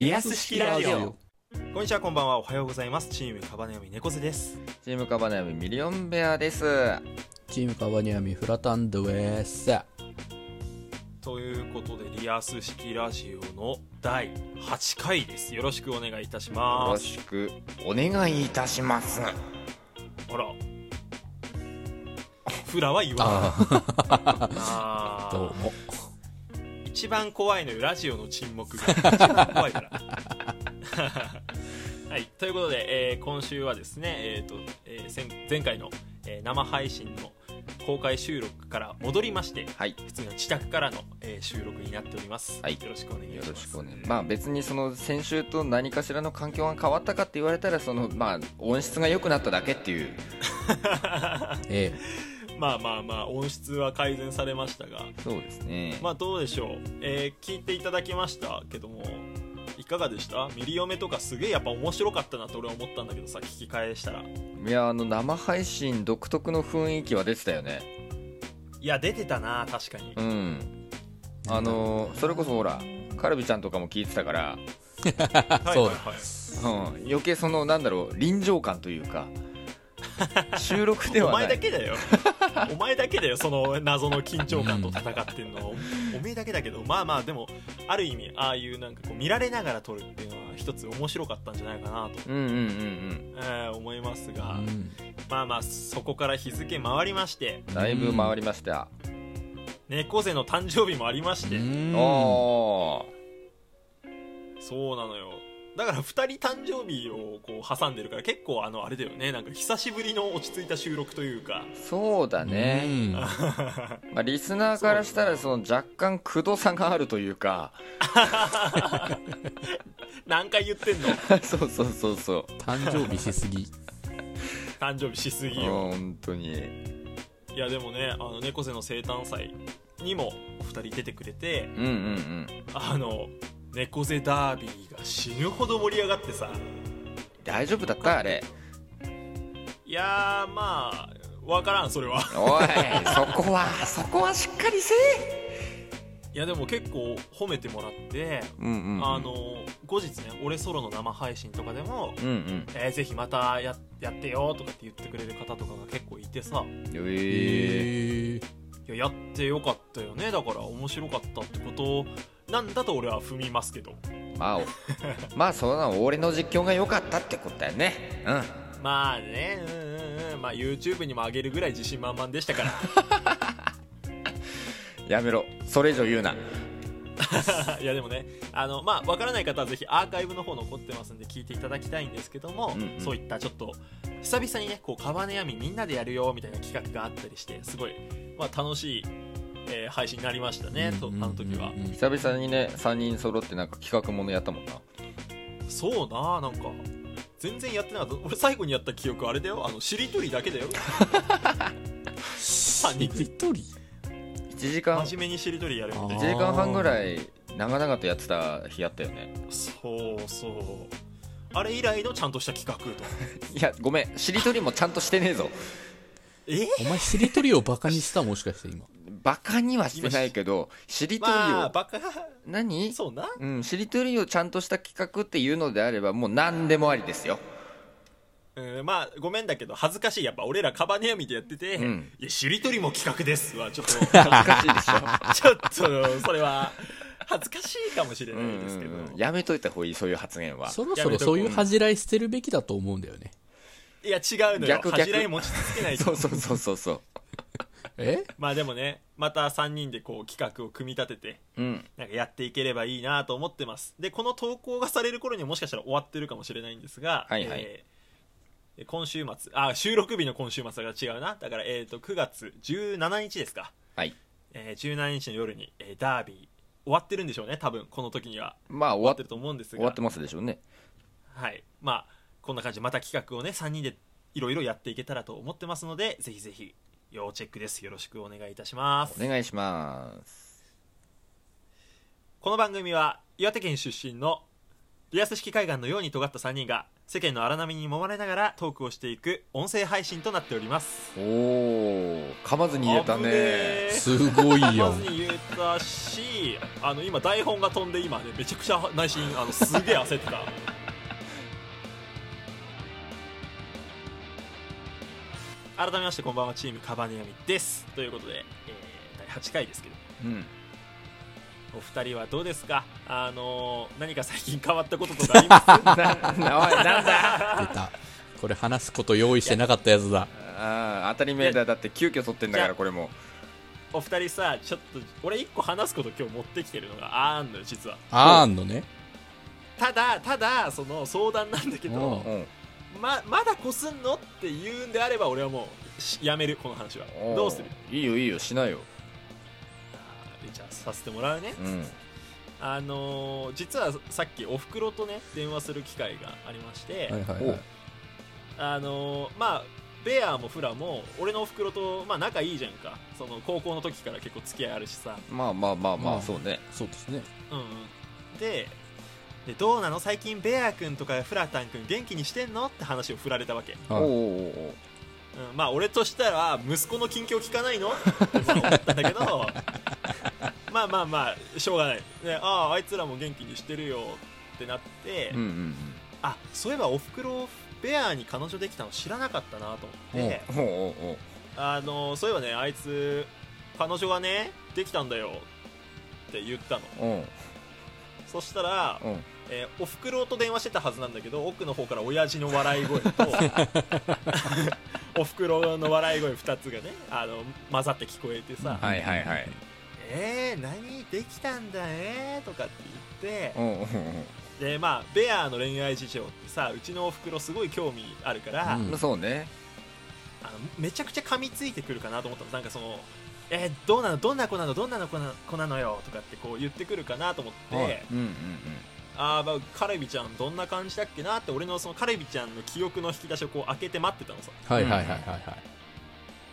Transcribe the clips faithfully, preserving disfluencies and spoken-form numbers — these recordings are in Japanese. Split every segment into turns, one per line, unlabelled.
リアス式ラジオ。こんにちは、こんばんは、おはようございます。チームカバネヤミ猫背です。
チームカバネヤミミリオンベアです。
チームカバネヤミフラタンドです。
ということでリアス式ラジオのだいはちかいです。よろしくお願いいたします。
よろしくお願いいたします。
あらフラは言わないあ
どうも。
一番怖いのよ、ラジオの沈黙が一番怖いからはい、ということで、えー、今週はですね、えーとえー、前回の、えー、生配信の公開収録から戻りまして、はい、普通の自宅からの、えー、収録になっております、はい、よろしくお願いします。
よろしくお願いします。まあ別にその先週と何かしらの環境が変わったかって言われたら、そのまあ音質が良くなっただけっていう
ええ、
まあまあまあ音質は改善されましたが、
そうですね。
まあどうでしょう、えー、聞いていただきましたけどもいかがでした？ミリオメとかすげえやっぱ面白かったなと俺は思ったんだけどさ、聞き返したら。
いや、あの生配信独特の雰囲気は出てたよね。い
や出てたな、確かに。
うん、あのそれこそほらカルビちゃんとかも聞いてたから
そう
だ、うん、余計そのなんだろう臨場感というか収録ではない。
お前だけだよお前だけだよ、その謎の緊張感と戦ってんの、うん、おめえだけだけど、まあまあでもある意味ああいうなんかこう見られながら撮るっていうのは一つ面白かったんじゃないかなと、
うんうんうんうん
えー、思いますが、
うん、
まあまあそこから日付回りまして、
だいぶ回りました。
猫背の誕生日もありまして、
お
ー、そうなのよ。だからふたり誕生日をこう挟んでるから結構あのあれだよね、なんか久しぶりの落ち着いた収録というか。
そうだね、まあ、リスナーからしたらその若干くどさがあるというか
何回言ってんの
そうそうそうそう、
誕生日しすぎ
誕生日しすぎよ
本当に。
いやでもね、あの猫背の生誕祭にもおふたり出てくれて、
うんうんうん、
あの猫背ダービーが死ぬほど盛り上がってさ。
大丈夫だったあれ？
いやーまあわからん、それは
おいそこはそこはしっかりせえ。
いやでも結構褒めてもらって、
うんうんうん、
あの後日ね俺ソロの生配信とかでも、
うんうん、
えー、ぜひまた や, やってよとかって言ってくれる方とかが結構いてさ、
えー、
いややってよかったよね、だから面白かったってことなんだと俺は踏みますけど、
まあまあそんな俺の実況が良かったってことだよね。うん、
まあね、うんうんうん、まあ YouTube にも上げるぐらい自信満々でしたから
やめろ、それ以上言うな。
いやでもね、あのまあわからない方はぜひアーカイブの方残ってますんで聞いていただきたいんですけども、うんうん、そういったちょっと久々にねこうカバネヤミみんなでやるよみたいな企画があったりして、すごい、まあ、楽しい、えー、配信になりましたね、うんうんうんうん、あの時は
久々にねさんにん揃ってなんか企画ものやったもんな。
そうな、なんか全然やってなかった。俺最後にやった記憶あれだよ、あのしりとりだけだよ
しりとり
いちじかん
真面目にしりとりやるみたいな、
いちじかんはんぐらい長々とやってた日あったよね。
そうそう、あれ以来のちゃんとした企画と
いやごめん、しりとりもちゃんとしてねえぞ。
え
お前しりとりをバカにした？もしかして今
バカにはしてないけど、しりとりを、
まあ、バカ
何
そうな、
うん、しりとりをちゃんとした企画っていうのであればもう何でもありですよ。
うん、まあごめんだけど恥ずかしい、やっぱ俺らカバネヤミでやってて、うん、いやしりとりも企画ですはちょっと恥ず
かしいでし
ょちょっとそれは恥ずかしいかもしれないですけど、うんうん、
やめといた方がいい、そういう発言は。
そろそろそういう恥じらい捨てるべきだと思うんだよね。
いや違うのよ、逆逆恥じらい持ちつけないと
そうそうそうそうそう
え
まあでもね、またさんにんでこう企画を組み立てて、うん、なんかやっていければいいなと思ってます。でこの投稿がされる頃にはもしかしたら終わってるかもしれないんですが、はいはい、えー、今週末、あ収録日の今週末が違うな、だから、えー、とくがつじゅうしちにちですか、はい、えー、じゅうしちにちの夜に、えー、ダービー終わってるんでしょうね、多分この時には。
まあ
終わってると思うんですが、
終わってますでしょうね。
はい、まあこんな感じでまた企画をねさんにんでいろいろやっていけたらと思ってますので、ぜひぜひ要チェックです。よろしくお願いいたします。
お願いします。
この番組は岩手県出身のリアス式海岸のように尖ったさんにんが世間の荒波に揉まれながらトークをしていく音声配信となっております。
おー、噛まずに言えたね。
すごいよ。
噛まずに言えたし、あの今台本が飛んで今ねめちゃくちゃ内心あのすげえ焦ってた改めましてこんばんは、チームカバネヤミですということで、えー、だいはちかいですけど、うん、お二人はどうですか？あのー、何か最近変わったこととかあります？な
おいなんだ
出た、これ話すこと用意してなかったやつだ。
ああ当たり前だ、だって急遽撮ってんだから。これも
お二人さ、ちょっと俺一個話すこと今日持ってきてるのがあんのよ実は。
あーんのね。
ただただその相談なんだけど、ままだこすんのって言うんであれば俺はもうやめるこの話は。どうする？
いいよいいよ、しないよ。
じゃあさせてもらうね、
うん、
あのー、実はさっきおふくろとね電話する機会がありまして、はいはいはい、あのー、まあベアもフラも俺のおふくろと、まあ、仲いいじゃんか。その高校の時から結構付き合いあるしさ。
まあまあまあまあ、まあ、そうね。
そうですね。
うんうん。で、でどうなの最近ベア君とかフラタン君元気にしてんのって話を振られたわけ。
おうおうおう、うん、
まあ俺としたら息子の近況聞かないのって思ったんだけどまあまあまあしょうがない、ね、あああいつらも元気にしてるよってなって、うんうんうん、あそういえばおふくろベアに彼女できたの知らなかったなと思って、
おうおうおう、
あのそういえばねあいつ彼女がねできたんだよって言ったの。そしたら、えー、おふくろと電話してたはずなんだけど奥の方から親父の笑い声とおふくろの笑い声ふたつがねあの混ざって聞こえてさ、
はいはいはい、
えー、何できたんだねとかって言って、
おうおうおう、
でまあベアの恋愛事情ってさうちのおふくろすごい興味あるから、
うん、そうね、
あのめちゃくちゃ噛みついてくるかなと思ったの。なんかそのえー、どうなのどんな子なのどんなの子な、子なのよとかってこう言ってくるかなと思って、はい、うんうんうん、あー、まあ、カレビちゃんどんな感じだっけなって俺のそのカレビちゃんの記憶の引き出しをこう開けて待ってたのさ。
はいはいはいはいはい。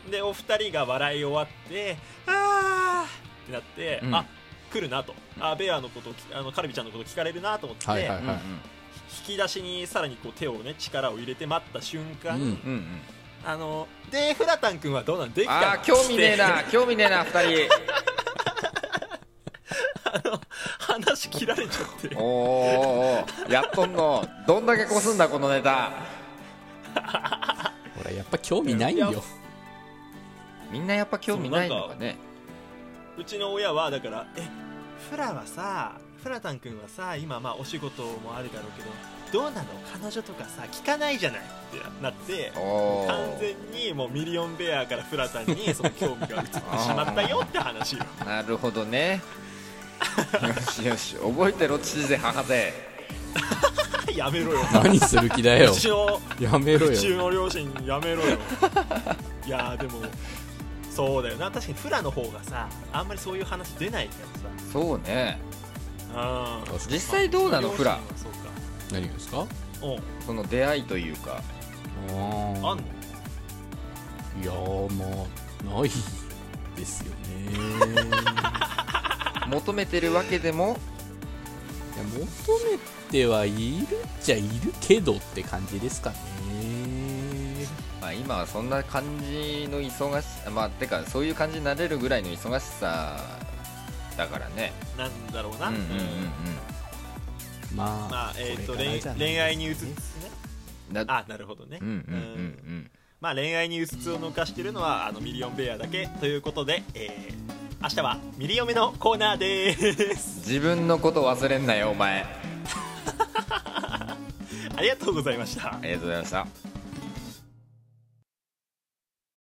でお二人が笑い終わってあーってなって、うん、あ来るなと、あベアのことあのカレビちゃんのこと聞かれるなと思って、はいはいはい、引き出しにさらにこう手をね力を入れて待った瞬間、うんうんうん、あのでフラタン君はどうなんできたの？
あー興味ねえな興味ねえなふたり
あの話切られちゃって
おーおーやっとんのどんだけこすんだこのネタ
ほらやっぱ興味ないよ。
みんなやっぱ興味ないのかね。
うちの親はだからえフラはさフラタン君はさ今まあお仕事もあるだろうけどどうなの彼女とかさ聞かないじゃないってなって完全にもうミリオンベアからフラタンにその興味が移ってしまったよって話よ
なるほどねよしよし覚えてろ父勢母勢
やめろよ
何する気だよ
うちの
やめろよ
うちの両親やめろよいやでもそうだよな確かにフラの方がさあんまりそういう話出ないからさ。
そうね、
あ
実際どうなのフラ。
そうか
何がですか？
その出会いというか
あ
あんの？
いやーまあないですよね
求めてるわけでも
いや求めてはいるっちゃいるけどって感じですかね。
まあ、今はそんな感じの忙しさ、まあ、てかそういう感じになれるぐらいの忙しさだからね。
なんだろうな、
うんうんうんうん、
まあ、
まあえー、と 恋, 恋愛にうつつねあなるほどね、うんうんうんうん、まあ恋愛にうつつを抜かしてるのはあのミリオンベアだけということで、えー、明日はミリオメのコーナーです
自分のこと忘れんなよお前
ありがとうございました。
ありがとうございました。